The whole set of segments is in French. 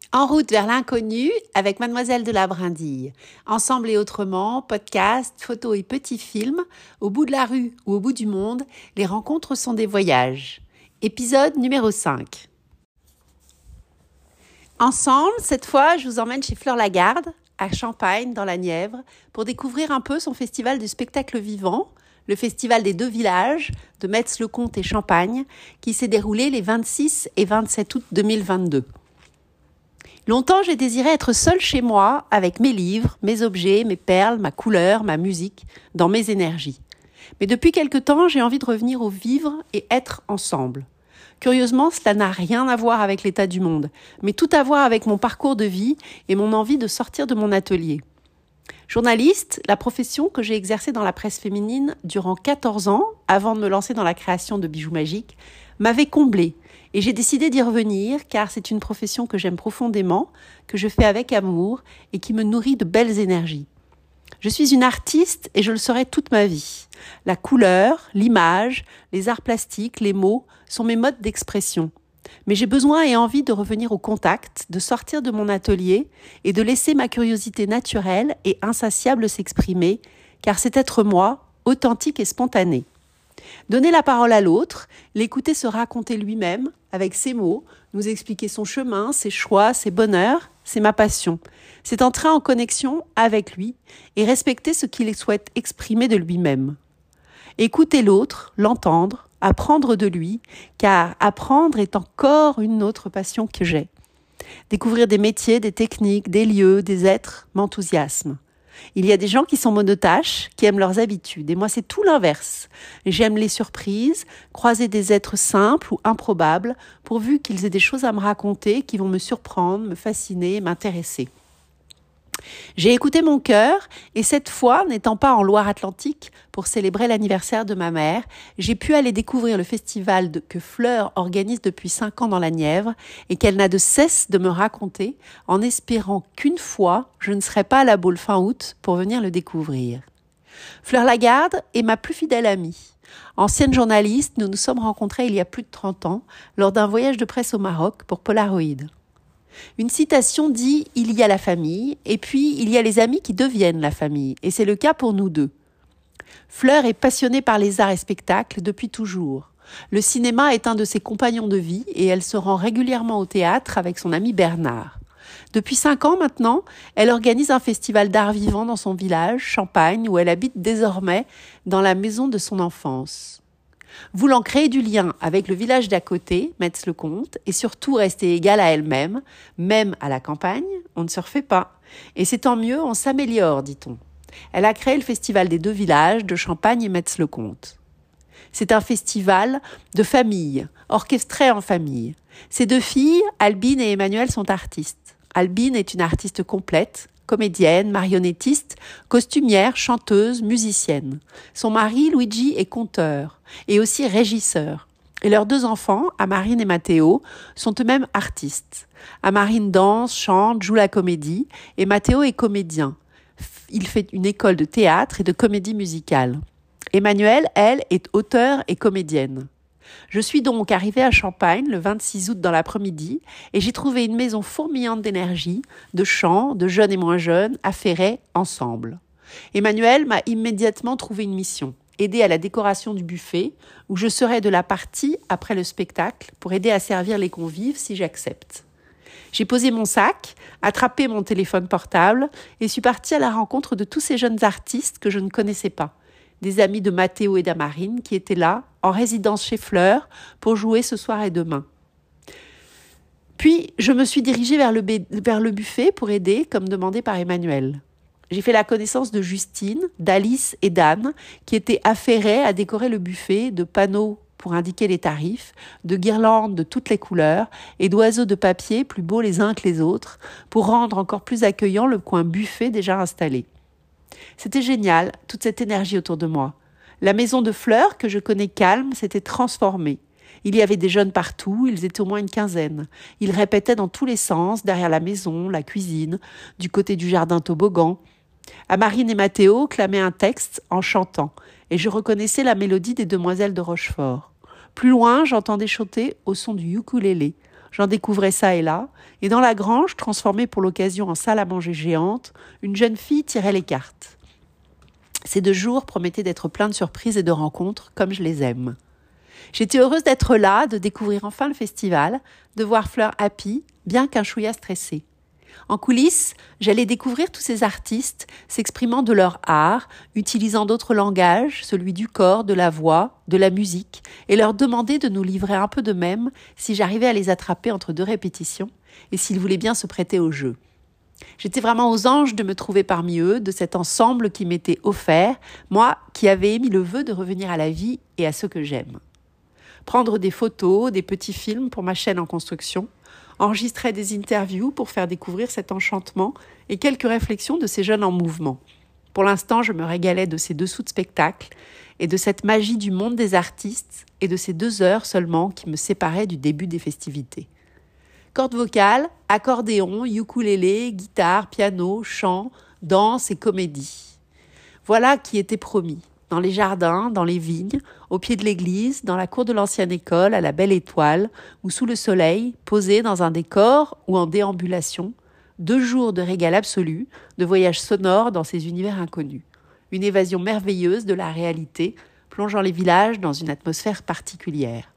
En route vers l'inconnu avec Mademoiselle de la Brindille. Ensemble et autrement, podcast, photos et petits films, au bout de la rue ou au bout du monde, les rencontres sont des voyages. Épisode numéro 5. Ensemble, cette fois, je vous emmène chez Fleur Lagarde, à Champagne, dans la Nièvre, pour découvrir un peu son festival du spectacle vivant, le festival des 2 villages de Metz-le-Comte et Champagne, qui s'est déroulé les 26 et 27 août 2022. Longtemps, j'ai désiré être seule chez moi, avec mes livres, mes objets, mes perles, ma couleur, ma musique, dans mes énergies. Mais depuis quelque temps, j'ai envie de revenir au vivre et être ensemble. Curieusement, cela n'a rien à voir avec l'état du monde, mais tout à voir avec mon parcours de vie et mon envie de sortir de mon atelier. Journaliste, la profession que j'ai exercée dans la presse féminine durant 14 ans, avant de me lancer dans la création de bijoux magiques, m'avait comblée. Et j'ai décidé d'y revenir car c'est une profession que j'aime profondément, que je fais avec amour et qui me nourrit de belles énergies. Je suis une artiste et je le serai toute ma vie. La couleur, l'image, les arts plastiques, les mots sont mes modes d'expression. Mais j'ai besoin et envie de revenir au contact, de sortir de mon atelier et de laisser ma curiosité naturelle et insatiable s'exprimer, car c'est être moi, authentique et spontané. Donner la parole à l'autre, l'écouter se raconter lui-même, avec ses mots, nous expliquer son chemin, ses choix, ses bonheurs, c'est ma passion. C'est entrer en connexion avec lui et respecter ce qu'il souhaite exprimer de lui-même. Écouter l'autre, l'entendre, apprendre de lui, car apprendre est encore une autre passion que j'ai. Découvrir des métiers, des techniques, des lieux, des êtres m'enthousiasme. Il y a des gens qui sont monotâches, qui aiment leurs habitudes. Et moi, c'est tout l'inverse. J'aime les surprises, croiser des êtres simples ou improbables, pourvu qu'ils aient des choses à me raconter qui vont me surprendre, me fasciner, m'intéresser. J'ai écouté mon cœur et cette fois, n'étant pas en Loire-Atlantique pour célébrer l'anniversaire de ma mère, j'ai pu aller découvrir le festival que Fleur organise depuis 5 ans dans la Nièvre et qu'elle n'a de cesse de me raconter en espérant qu'une fois, je ne serai pas à la Baule fin août pour venir le découvrir. Fleur Lagarde est ma plus fidèle amie. Ancienne journaliste, nous nous sommes rencontrés il y a plus de 30 ans lors d'un voyage de presse au Maroc pour Polaroid. Une citation dit « Il y a la famille et puis il y a les amis qui deviennent la famille » et c'est le cas pour nous deux. Fleur est passionnée par les arts et spectacles depuis toujours. Le cinéma est un de ses compagnons de vie et elle se rend régulièrement au théâtre avec son ami Bernard. Depuis 5 ans maintenant, elle organise un festival d'art vivant dans son village, Champagne, où elle habite désormais dans la maison de son enfance. Voulant créer du lien avec le village d'à côté, Metz-le-Comte, et surtout rester égale à elle-même, même à la campagne, on ne se refait pas. Et c'est tant mieux, on s'améliore, dit-on. Elle a créé le festival des 2 villages de Champagne et Metz-le-Comte. C'est un festival de famille, orchestré en famille. Ces 2 filles, Albine et Emmanuelle, sont artistes. Albine est une artiste complète, comédienne, marionnettiste, costumière, chanteuse, musicienne. Son mari, Luigi, est conteur et aussi régisseur. Et leurs 2 enfants, Amarine et Matteo, sont eux-mêmes artistes. Amarine danse, chante, joue la comédie et Matteo est comédien. Il fait une école de théâtre et de comédie musicale. Emmanuelle, elle, est auteure et comédienne. Je suis donc arrivée à Champagne le 26 août dans l'après-midi et j'ai trouvé une maison fourmillante d'énergie, de chants, de jeunes et moins jeunes, affairés ensemble. Emmanuelle m'a immédiatement trouvé une mission, aider à la décoration du buffet où je serai de la partie après le spectacle pour aider à servir les convives si j'accepte. J'ai posé mon sac, attrapé mon téléphone portable et suis partie à la rencontre de tous ces jeunes artistes que je ne connaissais pas. Des amis de Matteo et d'Amarine qui étaient là, en résidence chez Fleur, pour jouer ce soir et demain. Puis, je me suis dirigée vers le buffet pour aider, comme demandé par Emmanuelle. J'ai fait la connaissance de Justine, d'Alice et d'Anne, qui étaient affairées à décorer le buffet de panneaux pour indiquer les tarifs, de guirlandes de toutes les couleurs et d'oiseaux de papier plus beaux les uns que les autres, pour rendre encore plus accueillant le coin buffet déjà installé. C'était génial, toute cette énergie autour de moi. La maison de Fleur, que je connais calme, s'était transformée. Il y avait des jeunes partout, ils étaient au moins une 15aine. Ils répétaient dans tous les sens, derrière la maison, la cuisine, du côté du jardin toboggan. Amarine et Matteo clamaient un texte en chantant, et je reconnaissais la mélodie des Demoiselles de Rochefort. Plus loin, j'entendais chanter au son du ukulélé. j'en découvrais ça et là, et dans la grange, transformée pour l'occasion en salle à manger géante, une jeune fille tirait les cartes. Ces 2 jours promettaient d'être pleins de surprises et de rencontres, comme je les aime. J'étais heureuse d'être là, de découvrir enfin le festival, de voir Fleur happy, bien qu'un chouïa stressée. En coulisses, j'allais découvrir tous ces artistes s'exprimant de leur art, utilisant d'autres langages, celui du corps, de la voix, de la musique, et leur demander de nous livrer un peu d'eux-mêmes si j'arrivais à les attraper entre 2 répétitions et s'ils voulaient bien se prêter au jeu. J'étais vraiment aux anges de me trouver parmi eux, de cet ensemble qui m'était offert, moi qui avais émis le vœu de revenir à la vie et à ce que j'aime. Prendre des photos, des petits films pour ma chaîne en construction, enregistrer des interviews pour faire découvrir cet enchantement et quelques réflexions de ces jeunes en mouvement. Pour l'instant, je me régalais de ces dessous de spectacle et de cette magie du monde des artistes et de ces 2 heures seulement qui me séparaient du début des festivités. Cordes vocales, accordéon, ukulélé, guitare, piano, chant, danse et comédie. Voilà qui était promis. Dans les jardins, dans les vignes, au pied de l'église, dans la cour de l'ancienne école, à la belle étoile, ou sous le soleil, posé dans un décor ou en déambulation, 2 jours de régal absolu, de voyage sonore dans ces univers inconnus. Une évasion merveilleuse de la réalité, plongeant les villages dans une atmosphère particulière.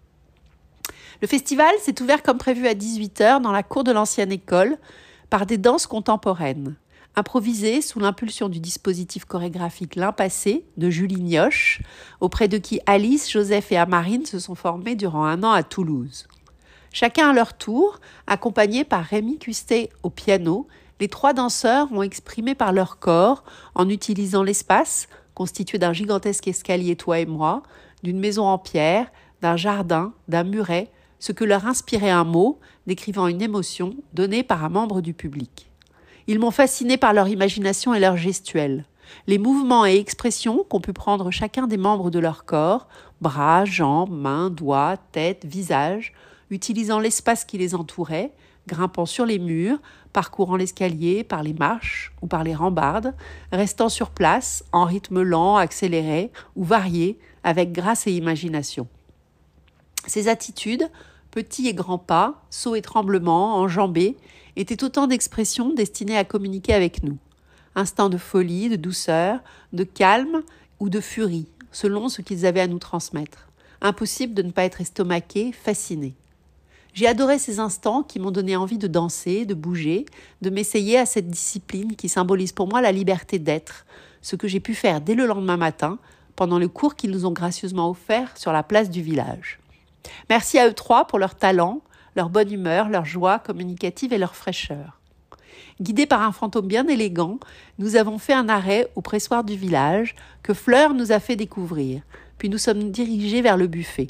Le festival s'est ouvert comme prévu à 18h dans la cour de l'ancienne école par des danses contemporaines. Improvisé sous l'impulsion du dispositif chorégraphique L'Impassé de Julie Nioche, auprès de qui Alice, Joseph et Amarine se sont formés durant 1 an à Toulouse. Chacun à leur tour, accompagnés par Rémi Custet au piano, les 3 danseurs ont exprimé par leur corps, en utilisant l'espace, constitué d'un gigantesque escalier toi et moi, d'une maison en pierre, d'un jardin, d'un muret, ce que leur inspirait un mot, décrivant une émotion donnée par un membre du public. Ils m'ont fasciné par leur imagination et leur gestuelle. Les mouvements et expressions qu'ont pu prendre chacun des membres de leur corps, bras, jambes, mains, doigts, tête, visage, utilisant l'espace qui les entourait, grimpant sur les murs, parcourant l'escalier par les marches ou par les rambardes, restant sur place en rythme lent, accéléré ou varié, avec grâce et imagination. Ces attitudes, petits et grands pas, sauts et tremblements, enjambés, étaient autant d'expressions destinées à communiquer avec nous. Instants de folie, de douceur, de calme ou de furie, selon ce qu'ils avaient à nous transmettre. Impossible de ne pas être estomaqué, fasciné. J'ai adoré ces instants qui m'ont donné envie de danser, de bouger, de m'essayer à cette discipline qui symbolise pour moi la liberté d'être, ce que j'ai pu faire dès le lendemain matin, pendant le cours qu'ils nous ont gracieusement offert sur la place du village. Merci à eux 3 pour leur talent, leur bonne humeur, leur joie communicative et leur fraîcheur. Guidés par un fantôme bien élégant, nous avons fait un arrêt au pressoir du village que Fleur nous a fait découvrir, puis nous sommes dirigés vers le buffet.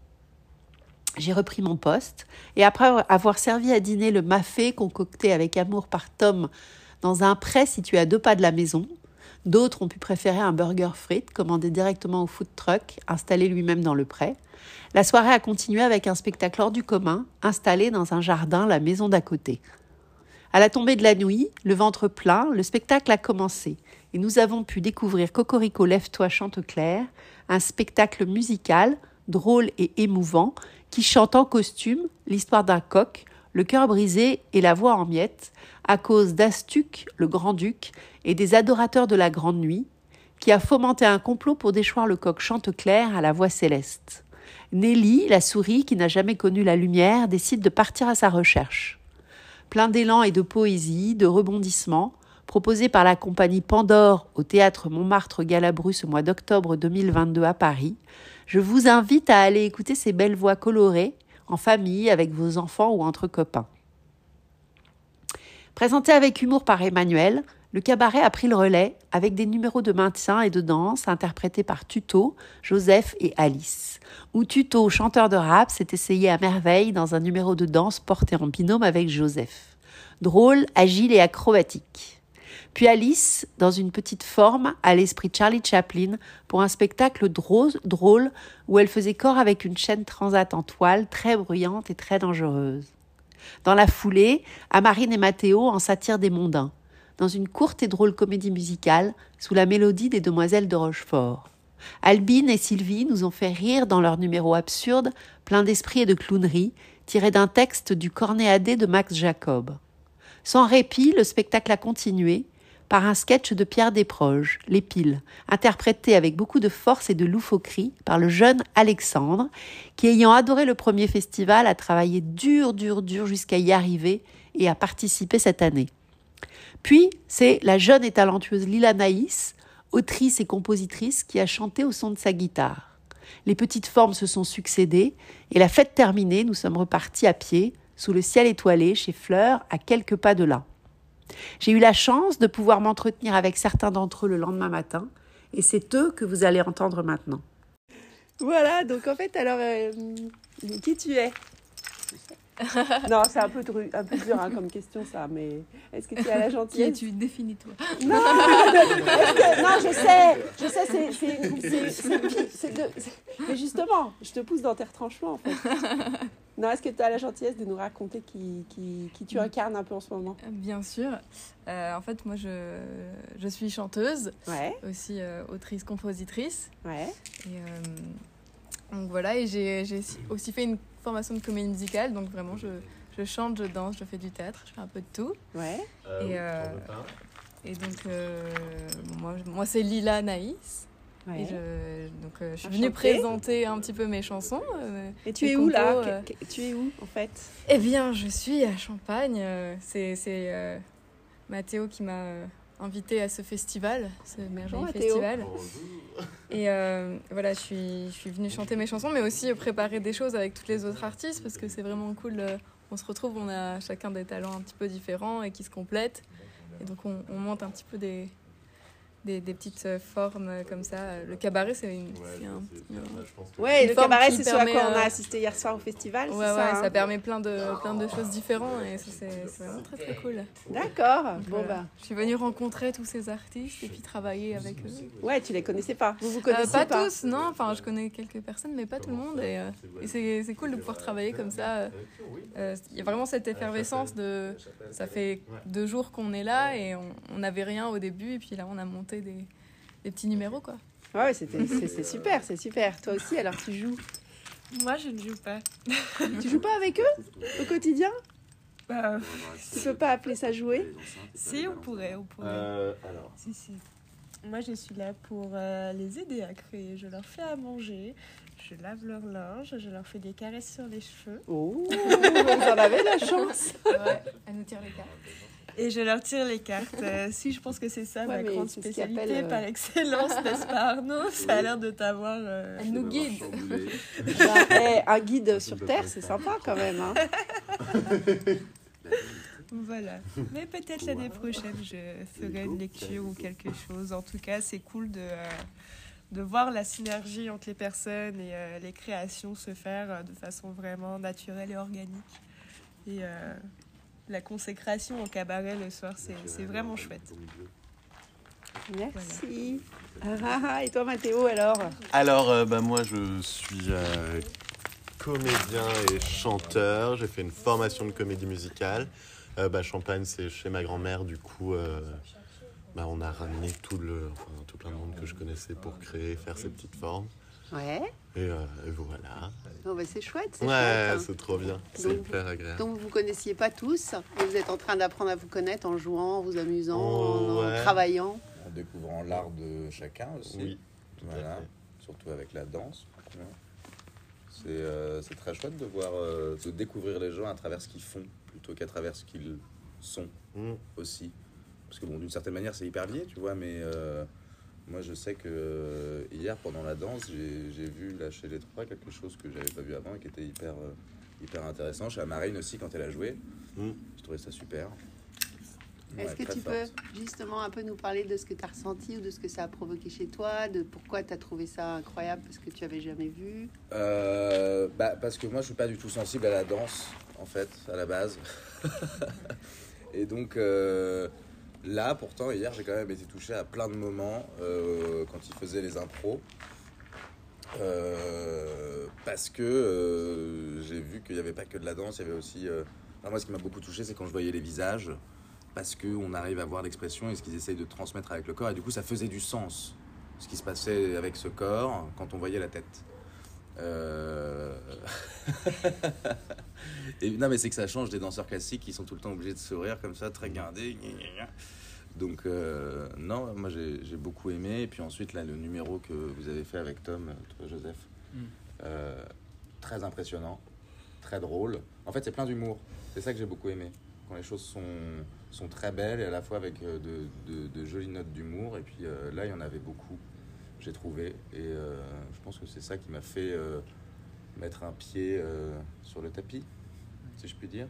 J'ai repris mon poste et après avoir servi à dîner le mafé concocté avec amour par Tom dans un pré situé à 2 pas de la maison, d'autres ont pu préférer un burger frites commandé directement au food truck installé lui-même dans le pré. La soirée a continué avec un spectacle hors du commun installé dans un jardin, la maison d'à côté. À la tombée de la nuit, le ventre plein, le spectacle a commencé et nous avons pu découvrir Cocorico Lève-toi Chanteclair, un spectacle musical, drôle et émouvant qui chante en costume l'histoire d'un coq, le cœur brisé et la voix en miettes à cause d'Astuc, le grand-duc, et des adorateurs de la grande nuit, qui a fomenté un complot pour déchoir le coq Chanteclair à la voix céleste. Nelly, la souris qui n'a jamais connu la lumière, décide de partir à sa recherche. Plein d'élan et de poésie, de rebondissements, proposé par la compagnie Pandore au théâtre Montmartre-Galabru ce mois d'octobre 2022 à Paris, je vous invite à aller écouter ces belles voix colorées, en famille, avec vos enfants ou entre copains. Présenté avec humour par Emmanuel, le cabaret a pris le relais avec des numéros de maintien et de danse interprétés par Tuto, Joseph et Alice. Où Tuto, chanteur de rap, s'est essayé à merveille dans un numéro de danse porté en binôme avec Joseph. Drôle, agile et acrobatique. Puis Alice, dans une petite forme, à l'esprit Charlie Chaplin, pour un spectacle drôle où elle faisait corps avec une chaîne transat en toile très bruyante et très dangereuse. Dans la foulée, Amarine et Mathéo en satire des mondains, dans une courte et drôle comédie musicale sous la mélodie des Demoiselles de Rochefort. Albine et Sylvie nous ont fait rire dans leur numéro absurde, plein d'esprit et de clownerie, tiré d'un texte du Cornéadé de Max Jacob. Sans répit, le spectacle a continué par un sketch de Pierre Desproges, Les Piles, interprété avec beaucoup de force et de loufoquerie par le jeune Alexandre, qui, ayant adoré le premier festival, a travaillé dur jusqu'à y arriver et a participé cette année. Puis, c'est la jeune et talentueuse Lila Naïs, autrice et compositrice, qui a chanté au son de sa guitare. Les petites formes se sont succédées et la fête terminée, nous sommes repartis à pied, sous le ciel étoilé, chez Fleur, à quelques pas de là. J'ai eu la chance de pouvoir m'entretenir avec certains d'entre eux le lendemain matin, et c'est eux que vous allez entendre maintenant. Voilà, donc en fait, alors, qui tu es? Non, c'est un peu dur comme question ça, mais est-ce que tu as la gentillesse? Qui es-tu? Définis-toi. Non, je sais, mais justement, je te pousse dans tes retranchements en fait. Non, est-ce que tu as la gentillesse de nous raconter qui tu incarnes un peu en ce moment? Bien sûr. En fait, moi, je suis chanteuse, aussi autrice-compositrice. Ouais. Et donc voilà, et j'ai aussi fait une formation de comédie musicale, donc vraiment, je chante, je danse, je fais du théâtre, je fais un peu de tout. Ouais. Et donc, moi, c'est Lila Naïs. Ouais. Et je suis venue présenter un petit peu mes chansons. Et tu es où là? Tu es où en fait? Eh bien, je suis à Champagne. C'est Mathéo qui m'a invitée à ce festival, ce merveilleux festival. Et voilà, je suis venue chanter mes chansons, mais aussi préparer des choses avec tous les autres artistes, parce que c'est vraiment cool. On se retrouve, on a chacun des talents un petit peu différents et qui se complètent. Et donc, on monte un petit peu des petites formes comme ça. Le cabaret, le cabaret, c'est ce à quoi on a assisté hier soir au festival. Ça permet plein de choses différentes et ça, c'est vraiment très très cool. D'accord. Donc, je suis venue rencontrer tous ces artistes et puis travailler avec eux. Ouais, tu les connaissais pas? Vous connaissiez pas tous, non. Enfin, je connais quelques personnes, mais pas tout le monde. Et c'est cool de pouvoir travailler comme ça. Il y a vraiment cette effervescence ça fait 2 jours qu'on est là et on n'avait rien au début et puis là on a monté des petits numéros quoi. Ouais, c'est super, c'est super. Toi aussi, alors tu joues? Moi, je ne joue pas. Tu joues pas avec eux au quotidien? Tu peux pas appeler ça jouer? Si, on pourrait. Si. Moi, je suis là pour les aider à créer. Je leur fais à manger, je lave leur linge, je leur fais des caresses sur les cheveux. Oh, vous en avez de la chance. Ouais, elle nous tire les cartes. Et je leur tire les cartes. Si, je pense que c'est ça ma grande spécialité par excellence, n'est-ce pas Arnaud? Ça a l'air de t'avoir... Elle nous guide. Un guide sur Terre, c'est sympa quand même. Hein. Voilà. Mais peut-être l'année prochaine, je ferai une lecture ou quelque chose. En tout cas, c'est cool de voir la synergie entre les personnes et les créations se faire de façon vraiment naturelle et organique. Et... la consécration au cabaret le soir, c'est vraiment chouette. Merci. Voilà. Et toi, Mathéo, alors? Alors, moi, je suis comédien et chanteur. J'ai fait une formation de comédie musicale. Champagne, c'est chez ma grand-mère. Du coup, on a ramené tout plein de monde que je connaissais pour faire ces petites formes. Ouais. Et voilà. Oh, c'est chouette. C'est trop bien. C'est hyper agréable. Donc vous ne connaissiez pas tous et vous êtes en train d'apprendre à vous connaître en jouant, en vous amusant, en travaillant. En découvrant l'art de chacun aussi. Oui. Voilà. Surtout avec la danse. C'est très chouette de découvrir les gens à travers ce qu'ils font plutôt qu'à travers ce qu'ils sont aussi. Parce que d'une certaine manière, c'est hyper lié, tu vois, mais... moi, je sais que hier, pendant la danse, j'ai vu là, chez les trois quelque chose que j'avais pas vu avant et qui était hyper intéressant. Chez Marine aussi, quand elle a joué, je trouvais ça super. Est-ce que tu peux justement un peu nous parler de ce que tu as ressenti ou de ce que ça a provoqué chez toi, de pourquoi tu as trouvé ça incroyable parce que tu avais jamais vu? Parce que moi, je suis pas du tout sensible à la danse, en fait, à la base. Et donc... là, pourtant, hier, j'ai quand même été touché à plein de moments quand il faisait les impros. Parce que j'ai vu qu'il n'y avait pas que de la danse, il y avait aussi... moi, ce qui m'a beaucoup touché, c'est quand je voyais les visages, parce qu'on arrive à voir l'expression et ce qu'ils essayent de transmettre avec le corps. Et du coup, ça faisait du sens, ce qui se passait avec ce corps, quand on voyait la tête. Et non, mais c'est que ça change des danseurs classiques qui sont tout le temps obligés de sourire comme ça, très gardés. Donc, non, moi j'ai beaucoup aimé. Et puis ensuite, là, le numéro que vous avez fait avec Tom, toi, Joseph, très impressionnant, très drôle. En fait, c'est plein d'humour. C'est ça que j'ai beaucoup aimé. Quand les choses sont très belles et à la fois avec de jolies notes d'humour. Et puis là, il y en avait beaucoup, j'ai trouvé. Et je pense que c'est ça qui m'a fait mettre un pied sur le tapis, si je puis dire.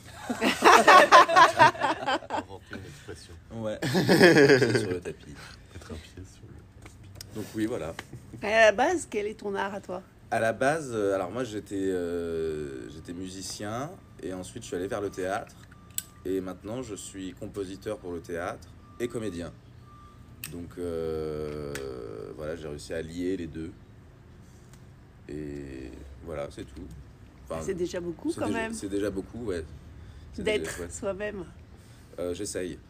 Inventer une expression. Ouais, pied sur le tapis. Mettre un pied sur le tapis. Donc oui, voilà. Et à la base, quel est ton art à toi? À la base, alors moi j'étais musicien et ensuite je suis allé vers le théâtre et maintenant je suis compositeur pour le théâtre et comédien. Donc voilà, j'ai réussi à lier les deux et voilà, c'est tout. Enfin, c'est déjà beaucoup quand même. C'est déjà beaucoup, ouais. D'être soi-même. J'essaye.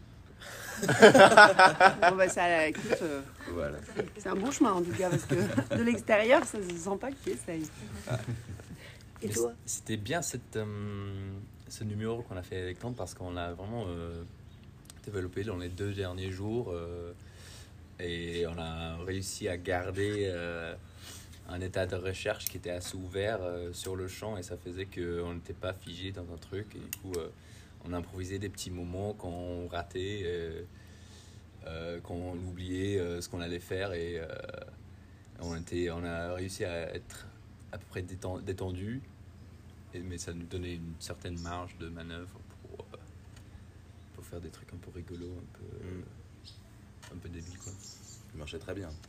Bon, bah, ça, écoute, Voilà. c'est un bon chemin en tout cas, parce que de l'extérieur, ça se sent pas que tu essayes. Et toi? C'était bien ce numéro qu'on a fait avec Tom parce qu'on l'a vraiment développé dans les 2 derniers jours et on a réussi à garder un état de recherche qui était assez ouvert sur le champ et ça faisait qu'on n'était pas figé dans un truc et du coup on improvisait des petits moments quand on ratait, quand on oubliait ce qu'on allait faire et on a réussi à être à peu près détendu, mais ça nous donnait une certaine marge de manœuvre pour faire des trucs un peu rigolos, un peu débiles quoi. Il marchait très bien.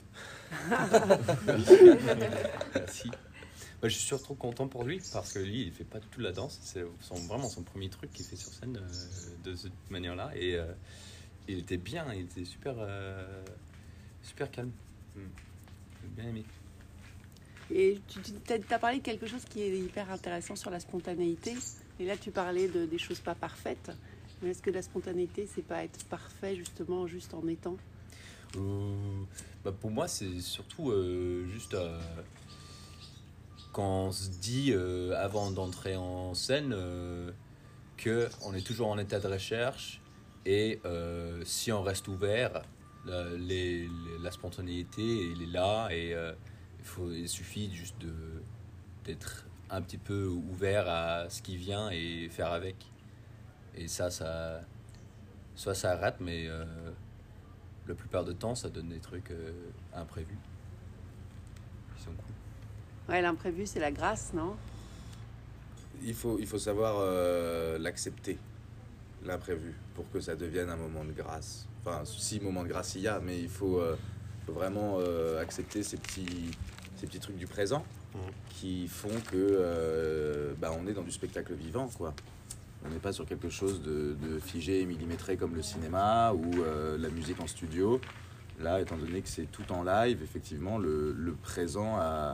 Merci. Moi, je suis surtout content pour lui parce que lui, il fait pas du tout la danse. C'est vraiment son premier truc qu'il fait sur scène de cette manière-là. Et il était bien, il était super calme. J'ai bien aimé. Et tu as parlé de quelque chose qui est hyper intéressant sur la spontanéité. Et là, tu parlais des choses pas parfaites. Mais est-ce que la spontanéité, c'est pas être parfait justement, juste en étant? Pour moi, c'est surtout juste quand on se dit avant d'entrer en scène qu'on est toujours en état de recherche et si on reste ouvert, la spontanéité elle est là et il suffit juste d'être un petit peu ouvert à ce qui vient et faire avec. Et ça soit ça rate, mais la plupart du temps, ça donne des trucs imprévus qui sont cool. Ouais, l'imprévu, c'est la grâce, non? Il faut savoir l'accepter, l'imprévu, pour que ça devienne un moment de grâce. Enfin, si moment de grâce il y a, mais il faut vraiment accepter ces petits trucs du présent qui font que on est dans du spectacle vivant, quoi. On n'est pas sur quelque chose de figé et millimétré comme le cinéma ou la musique en studio. Là, étant donné que c'est tout en live, effectivement, le présent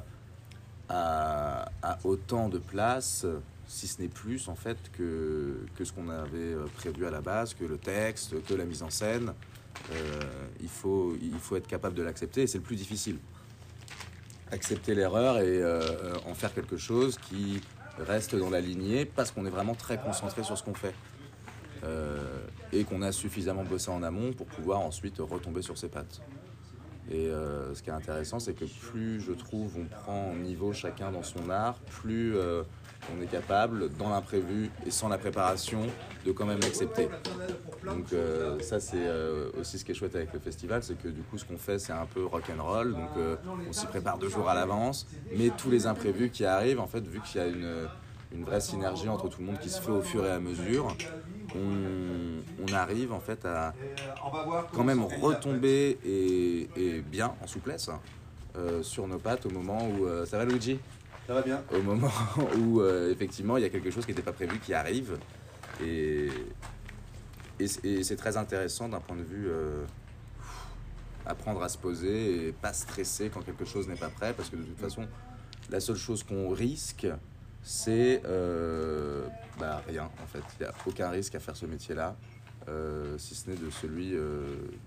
a autant de place, si ce n'est plus, en fait, que ce qu'on avait prévu à la base, que le texte, que la mise en scène. Il faut être capable de l'accepter et c'est le plus difficile. Accepter l'erreur et en faire quelque chose qui reste dans la lignée parce qu'on est vraiment très concentré sur ce qu'on fait et qu'on a suffisamment bossé en amont pour pouvoir ensuite retomber sur ses pattes. Et ce qui est intéressant, c'est que plus je trouve on prend en niveau chacun dans son art, plus on est capable, dans l'imprévu et sans la préparation, de quand même l'accepter. Donc ça, c'est aussi ce qui est chouette avec le festival, c'est que du coup, ce qu'on fait, c'est un peu rock'n'roll. Donc on s'y prépare 2 jours à l'avance, mais tous les imprévus qui arrivent, en fait, vu qu'il y a une vraie synergie entre tout le monde qui se fait au fur et à mesure, on arrive en fait à quand même retomber et bien en souplesse sur nos pattes au moment où... ça va, Luigi ? Ça va bien. Au moment où effectivement il y a quelque chose qui n'était pas prévu qui arrive et c'est très intéressant d'un point de vue apprendre à se poser et pas stresser quand quelque chose n'est pas prêt, parce que de toute façon la seule chose qu'on risque c'est rien en fait. Il n'y a aucun risque à faire ce métier là si ce n'est de celui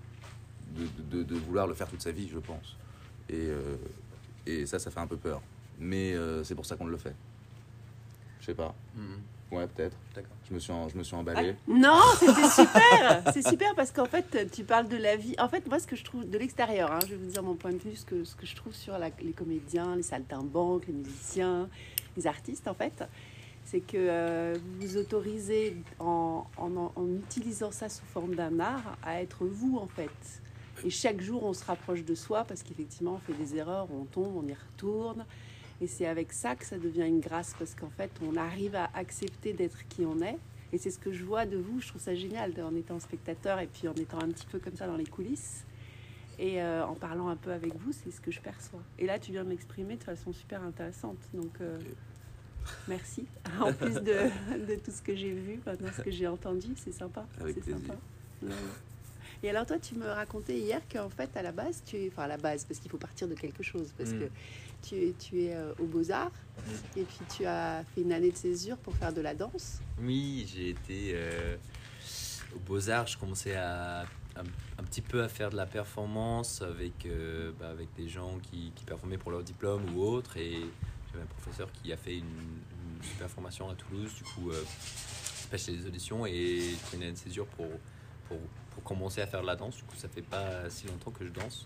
de vouloir le faire toute sa vie, je pense, et ça fait un peu peur. mais c'est pour ça qu'on le fait. Je sais pas. Ouais, peut-être. D'accord. Je me suis emballé. Non, c'était super. C'est super parce qu'en fait, tu parles de la vie. En fait, moi, ce que je trouve de l'extérieur, je vais vous dire mon point de vue, ce que je trouve sur les comédiens, les saltimbanques, les musiciens, les artistes, en fait, c'est que vous vous autorisez, en utilisant ça sous forme d'un art, à être vous, en fait. Et chaque jour, on se rapproche de soi parce qu'effectivement, on fait des erreurs, on tombe, on y retourne. Et c'est avec ça que ça devient une grâce, parce qu'en fait, on arrive à accepter d'être qui on est. Et c'est ce que je vois de vous. Je trouve ça génial, en étant spectateur et puis en étant un petit peu comme ça dans les coulisses. Et en parlant un peu avec vous, c'est ce que je perçois. Et là, tu viens de m'exprimer de façon super intéressante. Donc, merci. En plus de tout ce que j'ai vu, maintenant ce que j'ai entendu, c'est sympa. Avec c'est plaisir. sympa. Ouais. Et alors, toi, tu me racontais hier qu'en fait, à la base, à la base, parce qu'il faut partir de quelque chose, parce que tu es aux Beaux-Arts, et puis tu as fait une année de césure pour faire de la danse. Oui, j'ai été aux Beaux-Arts. Je commençais un petit peu à faire de la performance avec des gens qui performaient pour leur diplôme ou autre. Et j'avais un professeur qui a fait une super formation à Toulouse. Du coup, je passais les auditions et j'ai fait une année de césure pour commencer à faire de la danse. Du coup, ça fait pas si longtemps que je danse.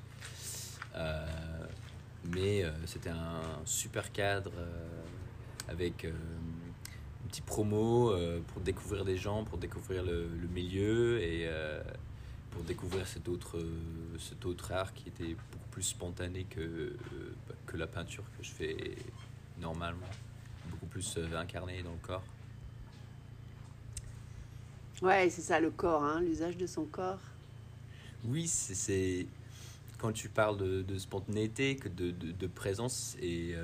Mais c'était un super cadre avec une petite promo pour découvrir des gens, pour découvrir le milieu et pour découvrir cet autre art qui était beaucoup plus spontané que la peinture que je fais normalement, beaucoup plus incarné dans le corps. Ouais, c'est ça, le corps, l'usage de son corps. Oui, c'est quand tu parles de spontanéité, que de présence et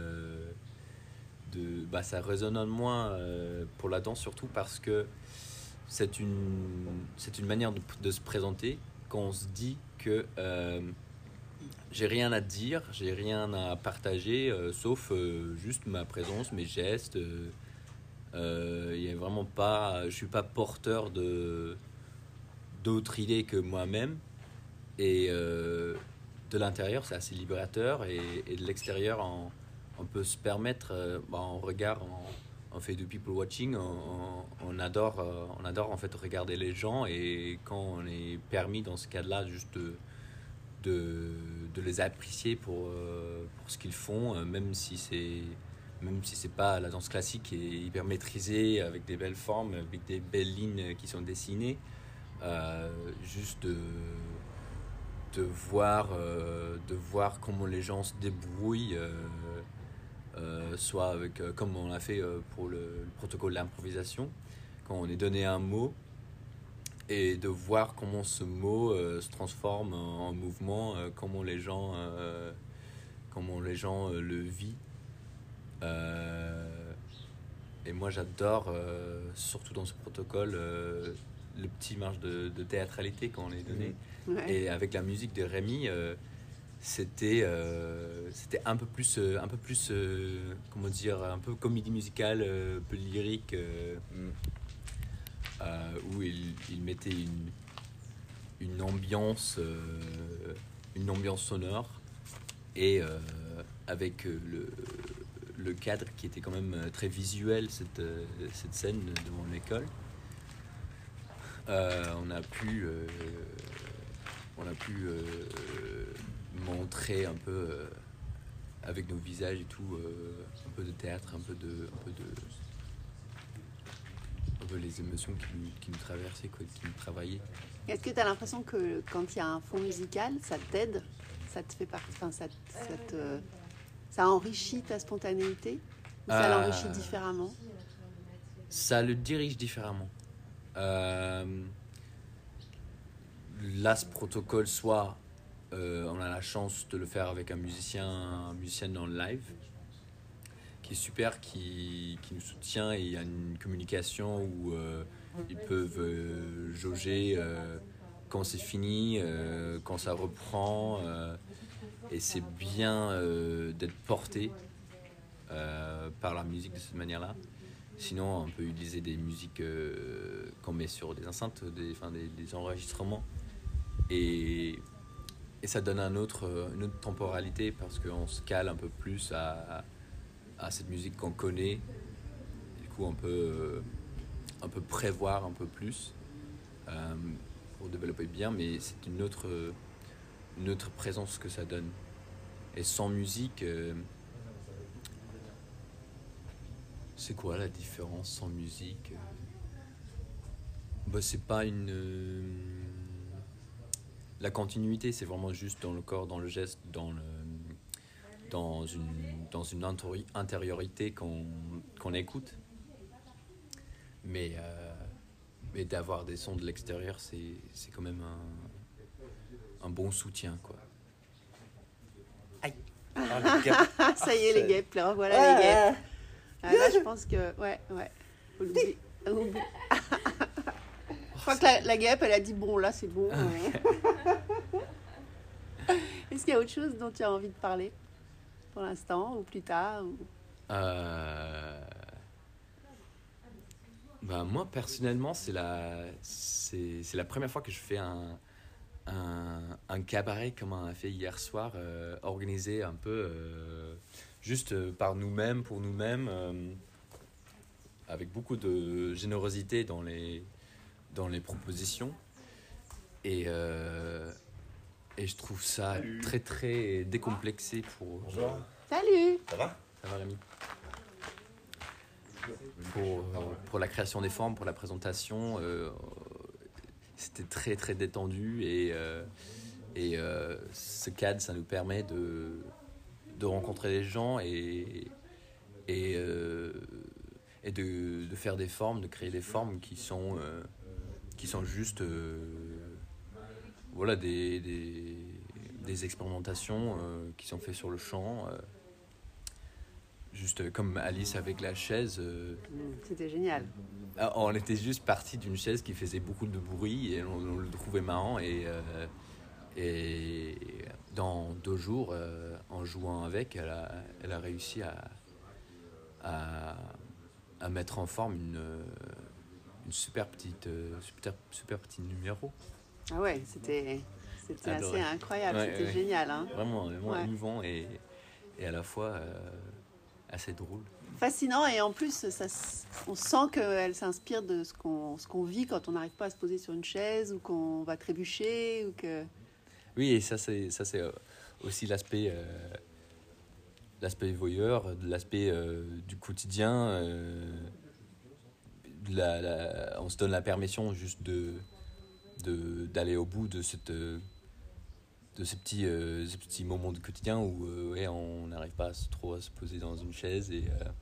ça résonne en moi pour la danse, surtout parce que c'est une manière de se présenter quand on se dit que j'ai rien à dire, j'ai rien à partager sauf juste ma présence, mes gestes. Y a vraiment pas, je suis pas porteur d'autres idées que moi-même, et de l'intérieur c'est assez libérateur, et de l'extérieur on peut se permettre on regarde, on fait du people watching, on adore en fait regarder les gens, et quand on est permis dans ce cas-là juste de les apprécier pour ce qu'ils font, même si c'est pas la danse classique qui est hyper maîtrisée, avec des belles formes, avec des belles lignes qui sont dessinées, juste de voir comment les gens se débrouillent, soit avec, comme on l'a fait pour le protocole d'improvisation, quand on est donné un mot, et de voir comment ce mot se transforme en mouvement, comment les gens le vivent. Et moi j'adore surtout dans ce protocole le petit marge de théâtralité qu'on est donné. Ouais. Et avec la musique de Rémi, c'était un peu plus comment dire, un peu comédie musicale, un peu lyrique, où il mettait une ambiance sonore, et avec le cadre qui était quand même très visuel, cette scène devant l'école. On a pu montrer un peu avec nos visages et tout, un peu de théâtre, un peu les émotions qui nous traversaient, qui nous travaillaient. Est-ce que tu as l'impression que quand il y a un fond musical, ça t'aide, ça te fait partie, ça enrichit ta spontanéité, ou ça l'enrichit différemment? Ça le dirige différemment. Là, ce protocole, soit on a la chance de le faire avec un musicienne dans le live, qui est super, qui nous soutient, et il y a une communication où ils peuvent jauger quand c'est fini, quand ça reprend, et c'est bien d'être porté par la musique de cette manière-là. Sinon, on peut utiliser des musiques qu'on met sur des enceintes, des enregistrements, et ça donne une autre temporalité, parce qu'on se cale un peu plus à cette musique qu'on connaît. Du coup, on peut prévoir un peu plus pour développer bien, mais c'est une autre présence que ça donne. Et sans musique, c'est quoi la différence sans musique? C'est pas la continuité, c'est vraiment juste dans le corps, dans le geste, dans une intériorité qu'on écoute. Mais d'avoir des sons de l'extérieur, c'est quand même un bon soutien, quoi. Aïe. Ça y est, les guêpes, là, voilà les guêpes. Là, je pense que... Ouais. Faut le dire. Je crois que la guêpe, elle a dit, bon, là, c'est bon. Est-ce qu'il y a autre chose dont tu as envie de parler pour l'instant, ou plus tard Moi, personnellement, c'est la première fois que je fais un cabaret comme on a fait hier soir, organisé un peu juste par nous-mêmes, pour nous-mêmes, avec beaucoup de générosité dans les propositions. Et je trouve ça très très décomplexé pour... Bonjour. Salut. Ça va Rémi. Pour la création des formes, pour la présentation, c'était très très détendu et ce cadre, ça nous permet de rencontrer les gens et de faire des formes, de créer des formes qui sont juste des expérimentations qui sont faites sur le champ. Juste comme Alice avec la chaise. C'était génial. On était juste parti d'une chaise qui faisait beaucoup de bruit et on le trouvait marrant. Et dans 2 jours, en jouant avec, elle a réussi à mettre en forme une super petit numéro. Ah ouais, c'était assez incroyable, c'était génial. Hein. Vraiment émouvant et à la fois assez drôle. Fascinant, et en plus, on sent qu'elle s'inspire de ce qu'on vit quand on n'arrive pas à se poser sur une chaise ou qu'on va trébucher. Ou que... Oui, et ça c'est aussi l'aspect voyeur, l'aspect du quotidien. On se donne la permission juste d'aller au bout de ces petits moments du quotidien où on n'arrive pas trop à se poser dans une chaise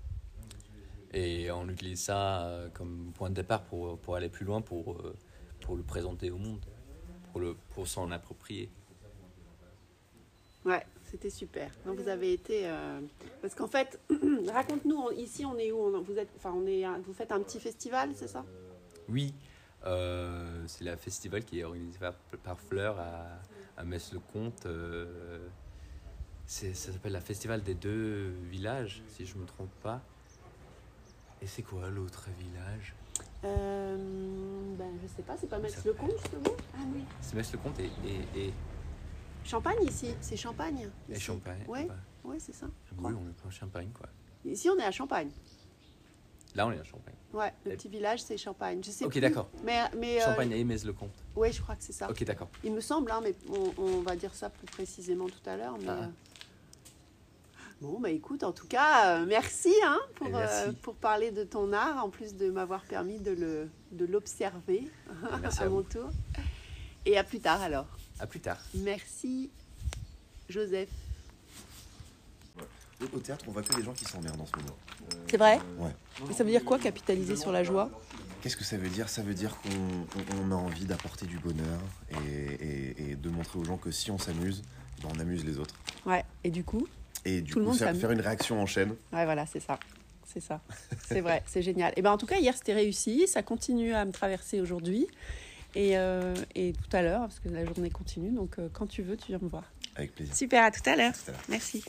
et on utilise ça comme point de départ pour aller plus loin, pour le présenter au monde, pour s'en approprier. Ouais, c'était super. Donc vous avez été... Parce qu'en fait, raconte-nous, ici on est où? Vous faites un petit festival, c'est ça? Oui, c'est le festival qui est organisé par Fleur à Metz-le-Comte. Ça s'appelle le Festival des 2 villages, si je ne me trompe pas. Et c'est quoi l'autre village? Je sais pas, c'est pas Metz-le-Comte justement? Ah oui. C'est Metz-le-Comte et... Champagne ici, c'est Champagne. Et ici. Champagne. Ouais, c'est ça. Oui, on est en Champagne, quoi. Ici, on est à Champagne. Là, on est à Champagne. Ouais, le petit village, c'est Champagne. Je sais Ok, plus. d'accord. Mais Champagne et Metz-le-Comte. Oui, je crois que c'est ça. Ok, d'accord. Il me semble, mais on va dire ça plus précisément tout à l'heure. Mais Bon, écoute, en tout cas, merci, pour parler de ton art, en plus de m'avoir permis de l'observer à mon tour. Et à plus tard alors. À plus tard. Merci, Joseph. Au théâtre, on voit que des gens qui s'emmerdent en ce moment. C'est vrai? Ouais. Et ça veut dire quoi, capitaliser sur la joie? Qu'est-ce que ça veut dire? Ça veut dire qu'on a envie d'apporter du bonheur et de montrer aux gens que si on s'amuse, on amuse les autres. Ouais, et du coup Et du coup, faire une réaction en chaîne. Ouais, voilà, c'est ça. C'est vrai, c'est génial. Et en tout cas, hier, c'était réussi. Ça continue à me traverser aujourd'hui. Et tout à l'heure, parce que la journée continue. Donc, quand tu veux, tu viens me voir. Avec plaisir. Super, à tout à l'heure. À tout à l'heure. Merci.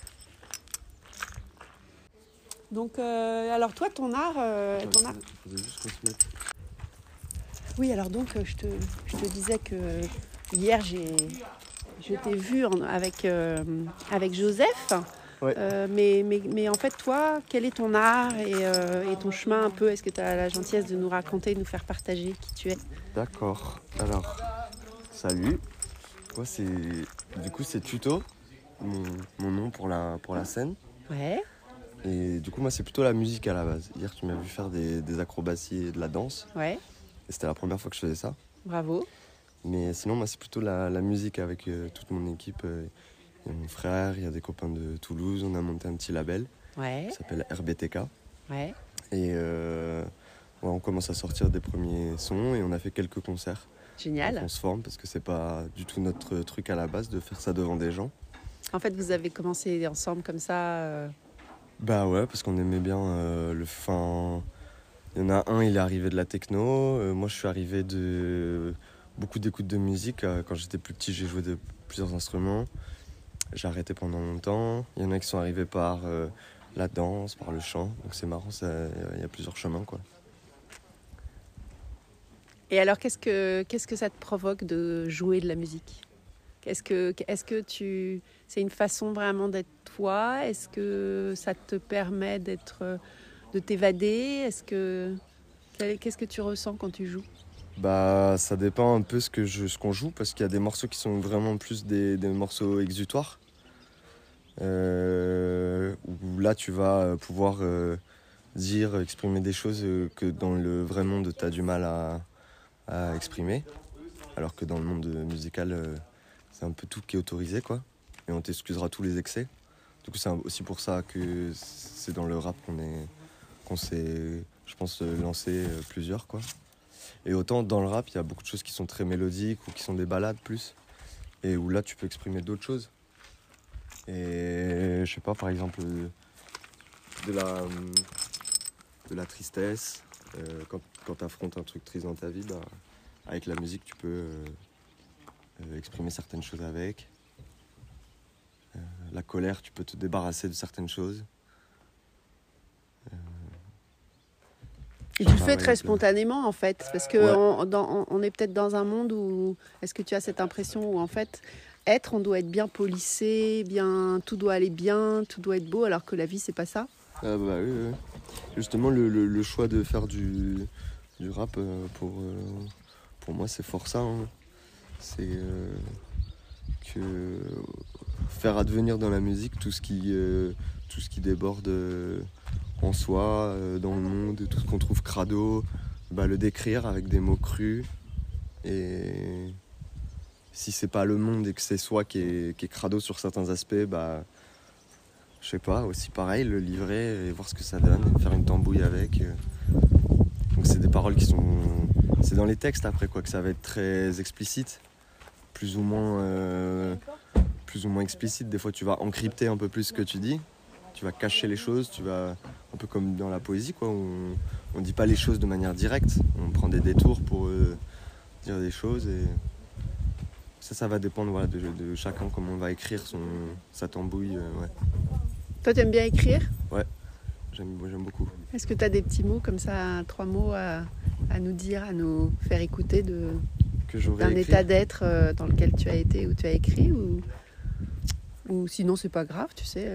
Donc, alors toi, ton art... Il faudrait juste qu'on se mette. Oui, alors donc, je te disais que hier, je t'ai vu avec Joseph Ouais. Mais en fait, toi, quel est ton art et ton chemin un peu? Est-ce que tu as la gentillesse de nous raconter, de nous faire partager qui tu es? D'accord. Alors, salut. Moi, c'est Tuto, mon nom pour la scène. Ouais. Et du coup, moi, c'est plutôt la musique à la base. Hier, tu m'as vu faire des acrobaties et de la danse. Ouais. Et c'était la première fois que je faisais ça. Bravo. Mais sinon, moi, c'est plutôt la musique avec toute mon équipe. Il y a mon frère, il y a des copains de Toulouse. On a monté un petit label qui s'appelle RBTK. Ouais. Et on commence à sortir des premiers sons et on a fait quelques concerts. Génial. Donc on se forme parce que c'est pas du tout notre truc à la base de faire ça devant des gens. En fait, vous avez commencé ensemble comme ça Bah ouais, parce qu'on aimait bien le fin. Il y en a un, il est arrivé de la techno. Moi, je suis arrivé de beaucoup d'écoute de musique. Quand j'étais plus petit, j'ai joué de plusieurs instruments. J'ai arrêté pendant longtemps. Il y en a qui sont arrivés par la danse, par le chant. Donc c'est marrant, il y a plusieurs chemins, quoi. Et alors, qu'est-ce que ça te provoque de jouer de la musique? Est-ce que c'est une façon vraiment d'être toi? Est-ce que ça te permet de t'évader? Qu'est-ce que tu ressens quand tu joues? Bah, ça dépend un peu ce qu'on joue, parce qu'il y a des morceaux qui sont vraiment plus des morceaux exutoires. Où là, tu vas pouvoir exprimer des choses que dans le vrai monde, tu as du mal à exprimer. Alors que dans le monde musical, c'est un peu tout qui est autorisé, quoi. Et on t'excusera tous les excès. Du coup, c'est aussi pour ça que c'est dans le rap qu'on s'est, je pense, lancé plusieurs, quoi. Et autant dans le rap, il y a beaucoup de choses qui sont très mélodiques ou qui sont des ballades plus. Et où là, tu peux exprimer d'autres choses. Et je sais pas, par exemple, de la tristesse. Quand tu affrontes un truc triste dans ta vie, bah, avec la musique, tu peux exprimer certaines choses avec. La colère, tu peux te débarrasser de certaines choses. Et tu le fais très spontanément, en fait, parce que ouais. on est peut-être dans un monde où, est-ce que tu as cette impression où, en fait, on doit être bien polissé, tout doit aller bien, tout doit être beau, alors que la vie, c'est pas ça? Bah oui. Justement, le choix de faire du rap, pour moi, c'est fort ça. Hein. C'est que faire advenir dans la musique tout ce qui déborde en soi, dans le monde, tout ce qu'on trouve crado, bah, le décrire avec des mots crus. Et si c'est pas le monde et que c'est soi qui est crado sur certains aspects, bah, je sais pas, aussi pareil, le livrer et voir ce que ça donne, faire une tambouille avec. Donc c'est des paroles qui sont... C'est dans les textes après, quoi, que ça va être très explicite, plus ou moins explicite. Des fois, tu vas encrypter un peu plus ce que tu dis. Tu vas cacher les choses, un peu comme dans la poésie, quoi. On dit pas les choses de manière directe, on prend des détours pour dire des choses et ça va dépendre, voilà, de chacun, comment on va écrire sa tambouille. Ouais. Toi, tu aimes bien écrire? Ouais, j'aime beaucoup. Est-ce que tu as des petits mots comme ça, 3 mots à nous dire, à nous faire écouter d'un état d'être dans lequel tu as été ou tu as écrit ou sinon c'est pas grave, tu sais.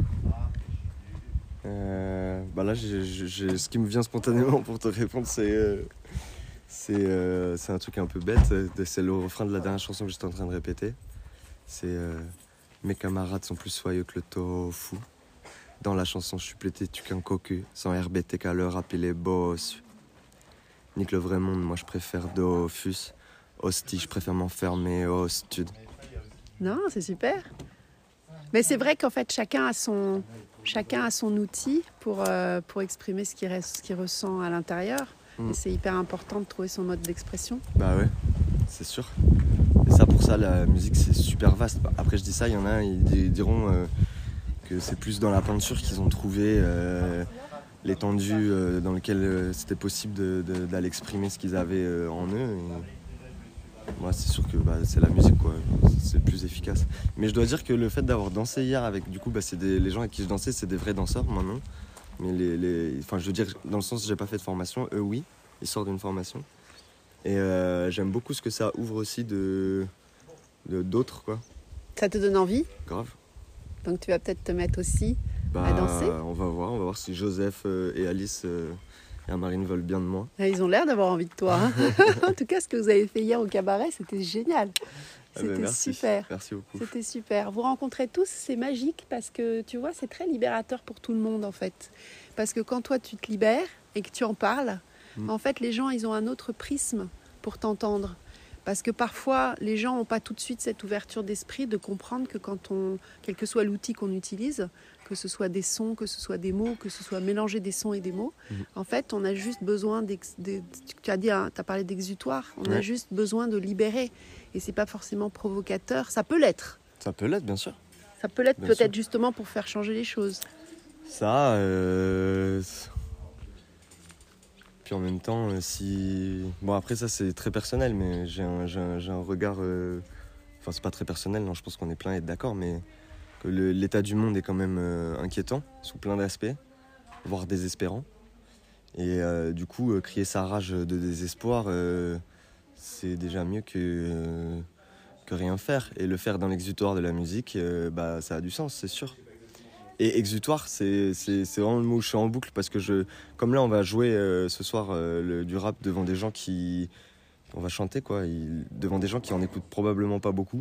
Bah là, ce qui me vient spontanément pour te répondre, c'est un truc un peu bête. C'est le refrain de la dernière chanson que j'étais en train de répéter. C'est mes camarades sont plus soyeux que le tofu. Dans la chanson, je suis plété, tu qu'un cocu. Sans RBTK, le rap, il est boss. Nique le vrai monde, moi je préfère Dofus. Hostie, je préfère m'enfermer au stud. Non, c'est super. Mais c'est vrai qu'en fait, chacun a son outil pour exprimer ce qu'il ressent à l'intérieur. Et c'est hyper important de trouver son mode d'expression. Bah ouais, c'est sûr. Et ça, pour ça, la musique, c'est super vaste. Après, je dis ça, il y en a, ils diront que c'est plus dans la peinture qu'ils ont trouvé l'étendue dans lequel c'était possible d'aller exprimer ce qu'ils avaient en eux. Et moi, c'est sûr que c'est la musique, quoi. C'est le plus efficace. Mais je dois dire que le fait d'avoir dansé hier avec, du coup, les gens avec qui je dansais, c'est des vrais danseurs, moi non. Mais enfin, je veux dire, dans le sens où j'ai pas fait de formation, eux oui, ils sortent d'une formation. Et j'aime beaucoup ce que ça ouvre aussi d'autres, quoi. Ça te donne envie? Grave. Donc tu vas peut-être te mettre aussi à danser. On va voir si Joseph et Alice et Marine veulent bien de moi. Ils ont l'air d'avoir envie de toi. Hein. En tout cas, ce que vous avez fait hier au cabaret, c'était génial. C'était merci. Super. Merci beaucoup. C'était super. Vous rencontrez tous, c'est magique parce que tu vois, c'est très libérateur pour tout le monde en fait. Parce que quand toi tu te libères et que tu en parles, en fait les gens ils ont un autre prisme pour t'entendre. Parce que parfois les gens n'ont pas tout de suite cette ouverture d'esprit de comprendre que quel que soit l'outil qu'on utilise, que ce soit des sons, que ce soit des mots, que ce soit mélanger des sons et des mots, en fait on a juste besoin tu as parlé d'exutoire, on a juste besoin de libérer. Et c'est pas forcément provocateur. Ça peut l'être. Ça peut l'être, bien sûr. Ça peut l'être bien peut-être sûr. Justement pour faire changer les choses. Ça, puis en même temps, si... Bon, après ça, c'est très personnel, mais j'ai un regard... Enfin, c'est pas très personnel, non, je pense qu'on est plein à être d'accord, mais que l'état du monde est quand même inquiétant, sous plein d'aspects, voire désespérant. Et du coup, crier sa rage de désespoir... c'est déjà mieux que rien faire. Et le faire dans l'exutoire de la musique, ça a du sens, c'est sûr. Et exutoire, c'est vraiment le mot où je suis en boucle parce que comme là, on va jouer ce soir du rap devant des gens qui... On va chanter, quoi, devant des gens qui en écoutent probablement pas beaucoup.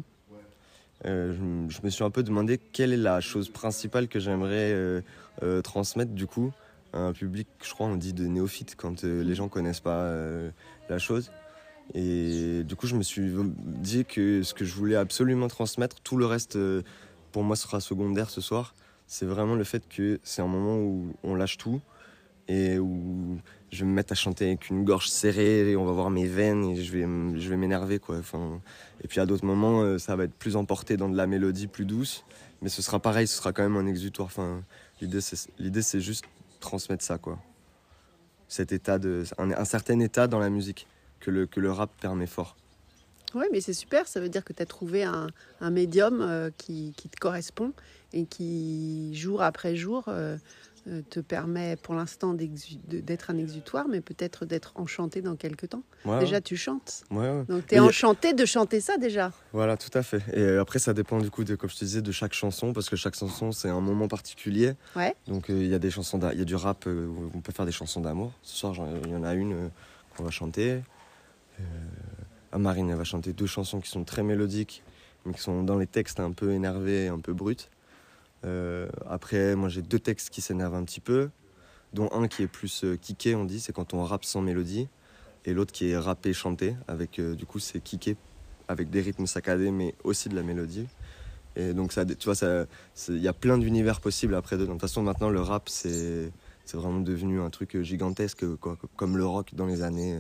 Je me suis un peu demandé quelle est la chose principale que j'aimerais transmettre, du coup, à un public, je crois, on dit de néophyte, quand les gens connaissent pas la chose. Et du coup, je me suis dit que ce que je voulais absolument transmettre, tout le reste, pour moi, sera secondaire ce soir. C'est vraiment le fait que c'est un moment où on lâche tout et où je vais me mettre à chanter avec une gorge serrée et on va voir mes veines et je vais m'énerver, quoi. Enfin, et puis à d'autres moments, ça va être plus emporté dans de la mélodie plus douce. Mais ce sera pareil, ce sera quand même un exutoire. Enfin, l'idée, c'est juste transmettre ça, quoi. Cet état un certain état dans la musique. Que le rap permet fort. Oui, mais c'est super, ça veut dire que tu as trouvé un médium qui te correspond et qui, jour après jour, te permet pour l'instant d'être un exutoire, mais peut-être d'être enchanté dans quelques temps. Déjà, tu chantes. Donc, tu es enchanté de chanter ça déjà. Voilà, tout à fait. Et après, ça dépend du coup, comme je te disais, de chaque chanson, parce que chaque chanson, c'est un moment particulier. Ouais. Donc, il y a des chansons, il y a du rap, où on peut faire des chansons d'amour. Ce soir, il y en a une qu'on va chanter. Marine, elle va chanter 2 chansons qui sont très mélodiques, mais qui sont dans les textes un peu énervés, un peu bruts. Après, moi, j'ai 2 textes qui s'énervent un petit peu, dont un qui est plus kické, on dit, c'est quand on rappe sans mélodie, et l'autre qui est rappé, chanté, avec, du coup, c'est kické, avec des rythmes saccadés, mais aussi de la mélodie. Et donc, ça, tu vois, il y a plein d'univers possibles après. De toute façon, maintenant, le rap, c'est vraiment devenu un truc gigantesque, quoi, comme le rock dans les années...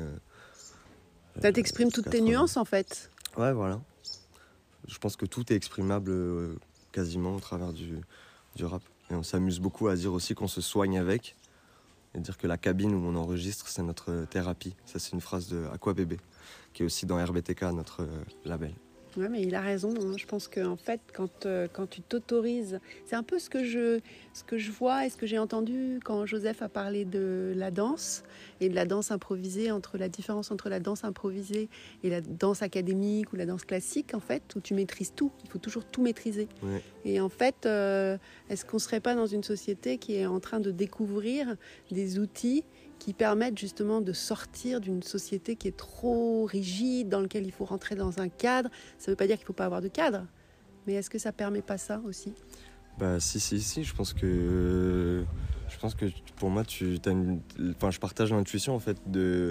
Ça t'exprime toutes tes nuances, en fait. Ouais, voilà. Je pense que tout est exprimable quasiment au travers du rap. Et on s'amuse beaucoup à dire aussi qu'on se soigne avec. Et dire que la cabine où on enregistre, c'est notre thérapie. Ça, c'est une phrase de Aqua Bébé, qui est aussi dans RBTK, notre label. Oui, mais il a raison. Hein. Je pense qu'en fait, quand tu t'autorises... C'est un peu ce que je vois et ce que j'ai entendu quand Joseph a parlé de la danse et de la danse improvisée, la différence entre la danse improvisée et la danse académique ou la danse classique, en fait, où tu maîtrises tout. Il faut toujours tout maîtriser. Ouais. Et en fait, est-ce qu'on ne serait pas dans une société qui est en train de découvrir des outils qui permettent justement de sortir d'une société qui est trop rigide, dans laquelle il faut rentrer dans un cadre. Ça ne veut pas dire qu'il ne faut pas avoir de cadre, mais est-ce que ça ne permet pas ça aussi ? Si, je pense que pour moi, je partage l'intuition en fait de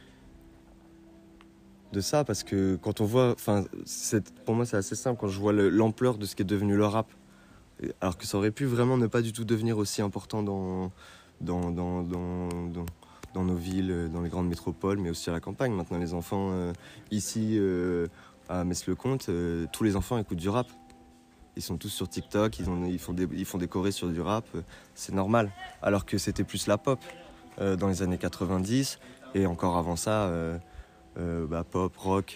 ça, parce que quand on voit, pour moi c'est assez simple, quand je vois l'ampleur de ce qui est devenu le rap, alors que ça aurait pu vraiment ne pas du tout devenir aussi important dans nos villes, dans les grandes métropoles, mais aussi à la campagne. Maintenant, les enfants, ici, à Metz-le-Comte, tous les enfants écoutent du rap. Ils sont tous sur TikTok, ils font des chorés sur du rap, c'est normal. Alors que c'était plus la pop dans les années 90, et encore avant ça, pop, rock.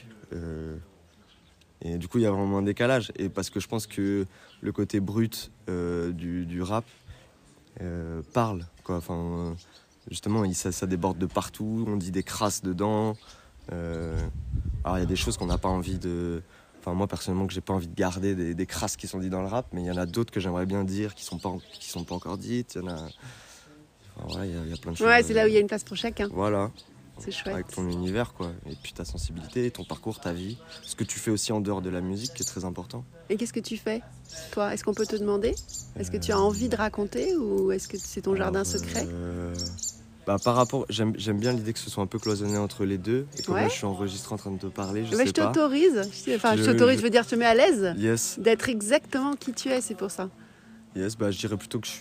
Et du coup, il y a vraiment un décalage. Et parce que je pense que le côté brut du rap parle, quoi. Enfin, justement, ça déborde de partout, on dit des crasses dedans. Alors, il y a des choses qu'on n'a pas envie de... Enfin, moi, personnellement, que j'ai pas envie de garder des crasses qui sont dites dans le rap, mais il y en a d'autres que j'aimerais bien dire qui sont pas encore dites. Il y en a... Enfin, voilà, il y a plein de choses. Ouais, c'est là où il y a une place pour chacun. Voilà. C'est chouette. Avec ton univers, quoi. Et puis ta sensibilité, ton parcours, ta vie. Ce que tu fais aussi en dehors de la musique, qui est très important. Et qu'est-ce que tu fais, toi? Est-ce qu'on peut te demander? Est-ce que tu as envie de raconter ou est-ce que c'est ton jardin secret? Par rapport, j'aime bien l'idée que ce soit un peu cloisonné entre les deux. Et comme là, je suis enregistré en train de te parler, je sais pas. T'autorise. Je t'autorise, je veux dire, je te mets à l'aise d'être exactement qui tu es, c'est pour ça. Yes, je dirais plutôt que je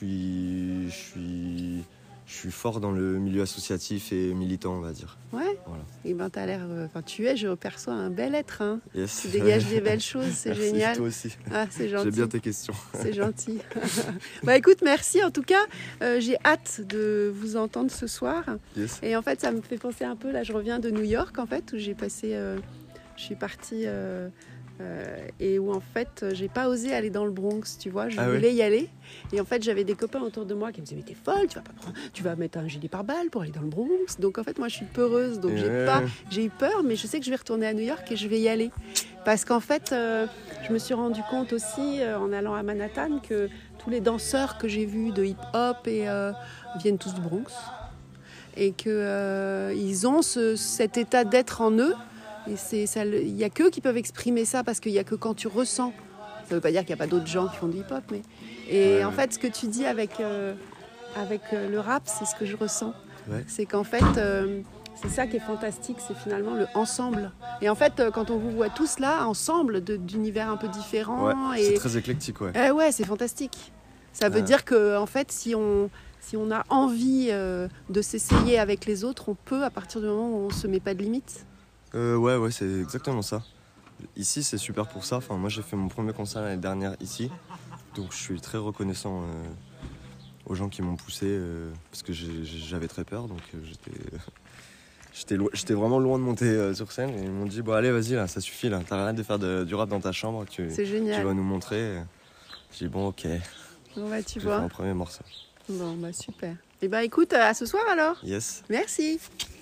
suis fort dans le milieu associatif et militant, on va dire. Ouais. Voilà. Et t'as l'air, je perçois un bel être. Hein. Yes. Tu dégages des belles choses, c'est merci, génial. Toi aussi. Ah, c'est gentil. J'ai bien tes questions. C'est gentil. Écoute, merci. En tout cas, j'ai hâte de vous entendre ce soir. Yes. Et en fait, ça me fait penser un peu. Là, je reviens de New York, en fait, où j'ai passé. Je suis partie. Et où en fait j'ai pas osé aller dans le Bronx, tu vois, je voulais y aller et en fait j'avais des copains autour de moi qui me disaient mais t'es folle, tu vas mettre un gilet pare-balles pour aller dans le Bronx, donc en fait moi je suis peureuse, donc j'ai eu peur, mais je sais que je vais retourner à New York et je vais y aller parce qu'en fait je me suis rendu compte aussi en allant à Manhattan que tous les danseurs que j'ai vus de hip-hop viennent tous du Bronx et que ils ont cet état d'être en eux. Et il n'y a qu'eux qui peuvent exprimer ça parce qu'il n'y a que quand tu ressens. Ça ne veut pas dire qu'il n'y a pas d'autres gens qui font du hip-hop. Mais... Et en fait, ce que tu dis avec le rap, c'est ce que je ressens. Ouais. C'est qu'en fait, c'est ça qui est fantastique, c'est finalement le ensemble. Et en fait, quand on vous voit tous là, ensemble, d'univers un peu différents... Ouais, c'est très éclectique, ouais. Ouais, c'est fantastique. Ça veut dire que, en fait, si on a envie de s'essayer avec les autres, on peut, à partir du moment où on ne se met pas de limites. Ouais, c'est exactement ça. Ici, c'est super pour ça. Enfin, moi, j'ai fait mon premier concert l'année dernière ici. Donc, je suis très reconnaissant aux gens qui m'ont poussé parce que j'avais très peur. Donc, j'étais vraiment loin de monter sur scène. Et ils m'ont dit, allez, vas-y, là, ça suffit. Là. T'arrêtes de faire du rap dans ta chambre. C'est génial. Tu vas nous montrer. J'ai dit, bon, ok. Ouais, tu vois. J'ai fait un premier morceau. Bon, super. Et écoute, à ce soir alors. Yes. Merci.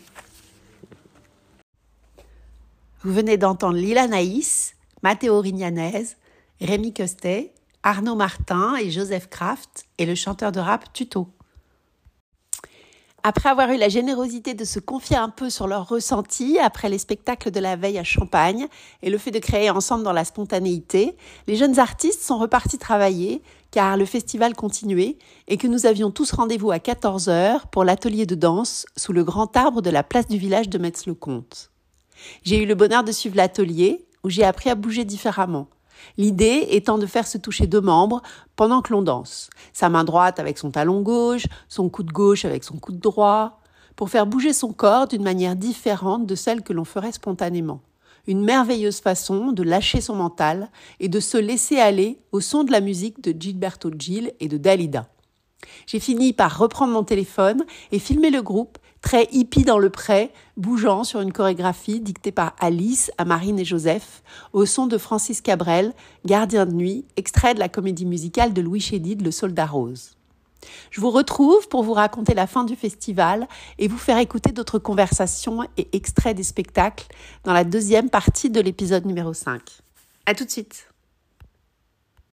Vous venez d'entendre Lila Naïs, Matteo Rignanez, Rémi Costet, Arnaud Martin et Joseph Kraft et le chanteur de rap Tuto. Après avoir eu la générosité de se confier un peu sur leurs ressentis après les spectacles de la veille à Champagne et le fait de créer ensemble dans la spontanéité, les jeunes artistes sont repartis travailler car le festival continuait et que nous avions tous rendez-vous à 14h pour l'atelier de danse sous le grand arbre de la place du village de Metz-le-Comte. J'ai eu le bonheur de suivre l'atelier où j'ai appris à bouger différemment. L'idée étant de faire se toucher deux membres pendant que l'on danse. Sa main droite avec son talon gauche, son coude gauche avec son coude droit, pour faire bouger son corps d'une manière différente de celle que l'on ferait spontanément. Une merveilleuse façon de lâcher son mental et de se laisser aller au son de la musique de Gilberto Gil et de Dalida. J'ai fini par reprendre mon téléphone et filmer le groupe, très hippie dans le pré, bougeant sur une chorégraphie dictée par Alice à Marine et Joseph, au son de Francis Cabrel, Gardien de nuit, extrait de la comédie musicale de Louis Chédid, Le Soldat Rose. Je vous retrouve pour vous raconter la fin du festival et vous faire écouter d'autres conversations et extraits des spectacles dans la deuxième partie de l'épisode numéro 5. À tout de suite.